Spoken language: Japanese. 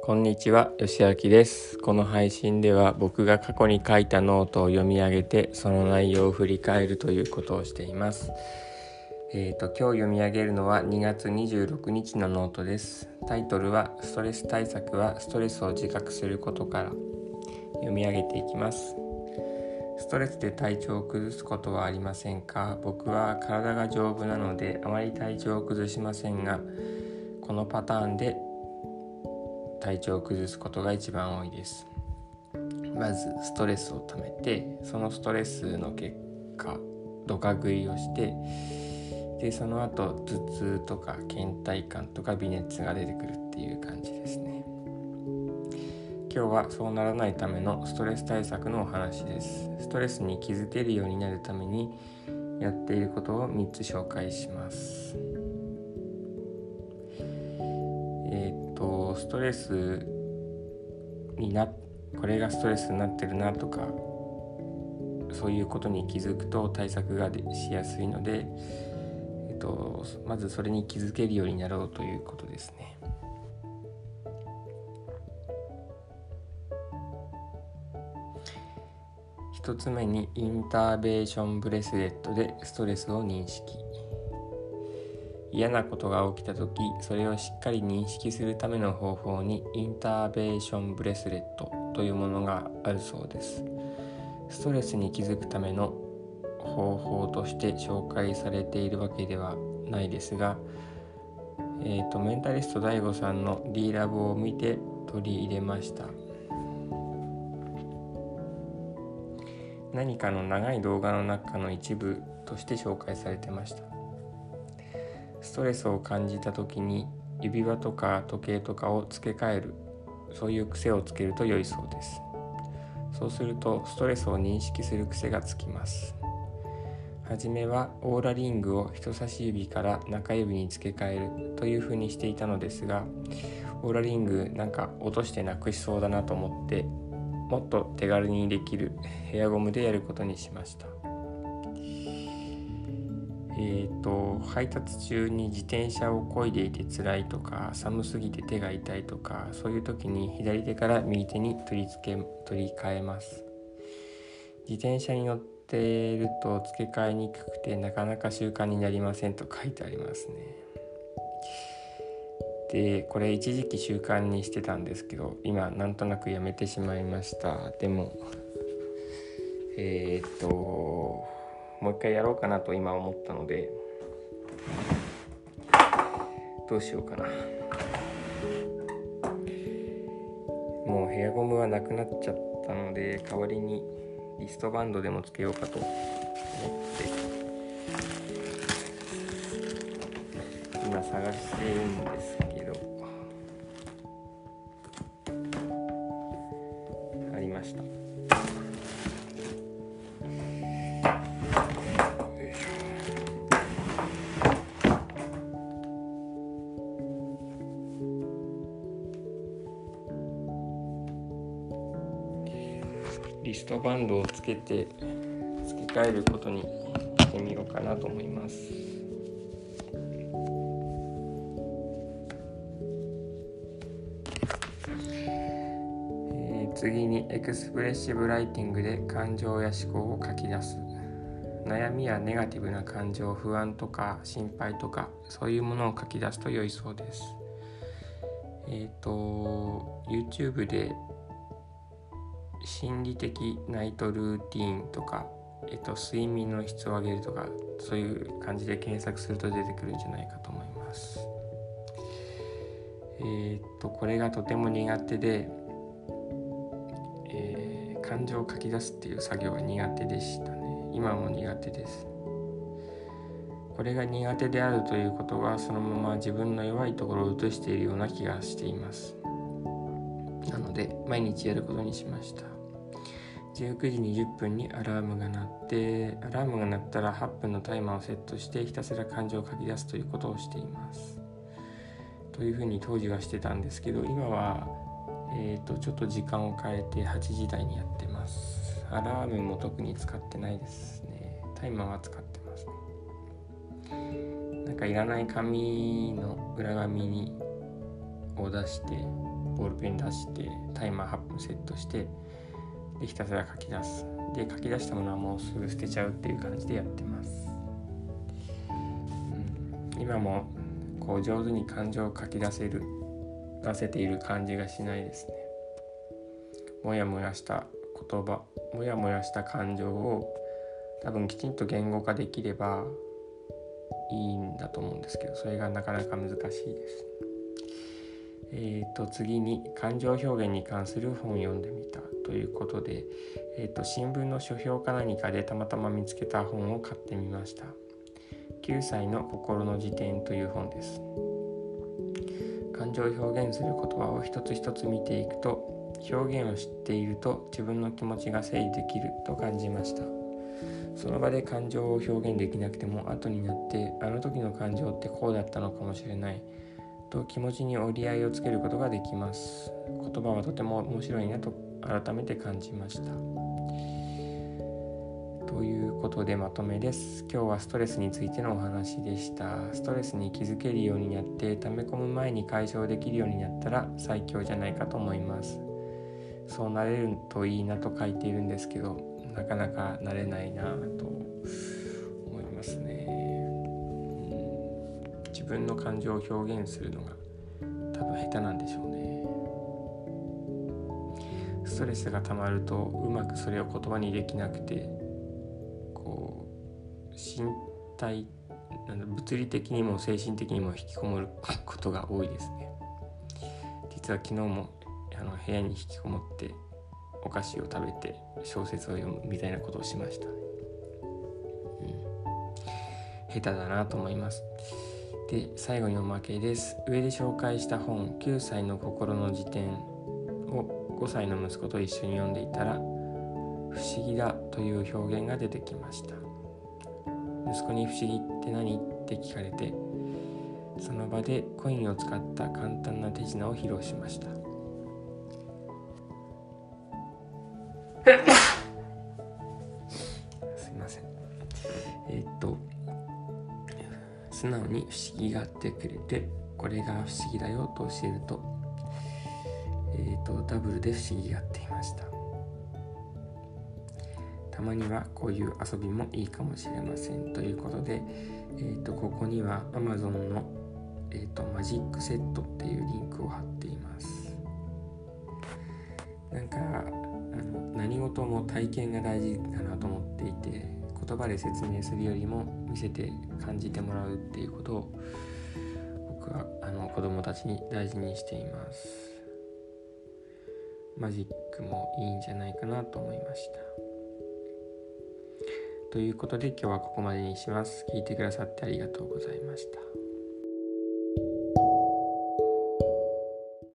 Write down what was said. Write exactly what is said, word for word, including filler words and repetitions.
こんにちは、よしあきです。この配信では僕が過去に書いたノートを読み上げてその内容を振り返るということをしています。えーと、今日読み上げるのはにがつにじゅうろくにちのノートです。タイトルはストレス対策はストレスを自覚することから。読み上げていきます。ストレスで体調を崩すことはありませんか？僕は体が丈夫なのであまり体調を崩しませんが、このパターンで体調を崩すことが一番多いです。まずストレスを溜めて、そのストレスの結果ドカ食いをして、でその後頭痛とか倦怠感とか微熱が出てくるっていう感じですね。今日はそうならないためのストレス対策のお話です。ストレスに気づけるようになるためにやっていることをみっつ紹介します。えー、っとストレスになこれがストレスになってるなとか、そういうことに気づくと対策がしやすいので、えー、っとまずそれに気づけるようになろうということですね。一つ目にインターベーションブレスレットでストレスを認識。嫌なことが起きたとき、それをしっかり認識するための方法にインターベーションブレスレットというものがあるそうです。ストレスに気づくための方法として紹介されているわけではないですが、えーと、メンタリスト ダイゴ さんの D ラボを見て取り入れました。何かの長い動画の中の一部として紹介されてました。ストレスを感じた時に指輪とか時計とかを付け替える、そういう癖をつけると良いそうです。そうするとストレスを認識する癖がつきます。はじめはオーラリングを人差し指から中指に付け替えるというふうにしていたのですが、オーラリングなんか落としてなくしそうだなと思って、もっと手軽にできるヘアゴムでやることにしました。えーと、配達中に自転車を漕いでいて辛いとか、寒すぎて手が痛いとか、そういう時に左手から右手に取り付け取り替えます。自転車に乗っていると付け替えにくくてなかなか習慣になりませんと書いてありますね。で、これ一時期習慣にしてたんですけど、今なんとなくやめてしまいました。でもえー、っともう一回やろうかなと今思ったので、どうしようかな。もうヘアゴムはなくなっちゃったので、代わりにリストバンドでもつけようかと思って今探しているんですけど、ありました。リストバンドをつけて付け替えることにしてみようかなと思います。えー、次にエクスプレッシブライティングで感情や思考を書き出す。悩みやネガティブな感情、不安とか心配とか、そういうものを書き出すと良いそうです。えっと YouTube で心理的ナイトルーティーンとか、えっと、睡眠の質を上げるとか、そういう感じで検索すると出てくるんじゃないかと思います。えっとこれがとても苦手で、えー、感情を書き出すっていう作業が苦手でしたね。今も苦手です。これが苦手であるということは、そのまま自分の弱いところを映しているような気がしています。なので毎日やることにしました。じゅうくじにじゅっぷんにアラームが鳴って、アラームが鳴ったらはっぷんのタイマーをセットしてひたすら感情を書き出すということをしています。というふうに当時はしてたんですけど、今は、えーと、ちょっと時間を変えてはちじ台にやってます。アラームも特に使ってないですね。タイマーは使ってますね。なんかいらない紙の裏紙にを出して、 ボールペン出してタイマーはっぷんセットしてでひたすら書き出す。で書き出したものはもうすぐ捨てちゃうっていう感じでやってます。うん、今もこう上手に感情を書き出せる出せている感じがしないですね。もやもやした言葉、もやもやした感情を多分きちんと言語化できればいいんだと思うんですけど、それがなかなか難しいです。えー、と次に感情表現に関する本を読んでみたということで、えー、と新聞の書評か何かでたまたま見つけた本を買ってみました。きゅうさいの心の辞典という本です。感情を表現する言葉を一つ一つ見ていくと、表現を知っていると自分の気持ちが整理できると感じました。その場で感情を表現できなくても後になってあの時の感情ってこうだったのかもしれないと気持ちに折り合いをつけることができます。言葉はとても面白いなと改めて感じました。ということでまとめです。今日はストレスについてのお話でした。ストレスに気づけるようになって溜め込む前に解消できるようになったら最強じゃないかと思います。そうなれるといいなと書いているんですけど、なかなかなれないなと思いますね。うん、自分の感情を表現するのが多分下手なんでしょうね。ストレスが溜まるとうまくそれを言葉にできなくて、こう身体物理的にも精神的にも引きこもることが多いですね。実は昨日もあの部屋に引きこもってお菓子を食べて小説を読むみたいなことをしました、うん、下手だなと思います。で、最後におまけです。上で紹介した本きゅうさいの心の辞典をごさいの息子と一緒に読んでいたら、不思議だという表現が出てきました。息子に不思議って何って聞かれて、その場でコインを使った簡単な手品を披露しました。すいません。えー、っと素直に不思議がってくれて、これが不思議だよと教えると、えー、っとダブルで不思議がっていました。たまにはこういう遊びもいいかもしれませんということで、えー、とここには Amazon の、えー、とマジックセットっていうリンクを貼っています。なんかあの何事も体験が大事だなと思っていて、言葉で説明するよりも見せて感じてもらうっていうことを僕はあの子供たちに大事にしています。マジックもいいんじゃないかなと思いました。ということで今日はここまでにします。聞いてくださってありがとうございました。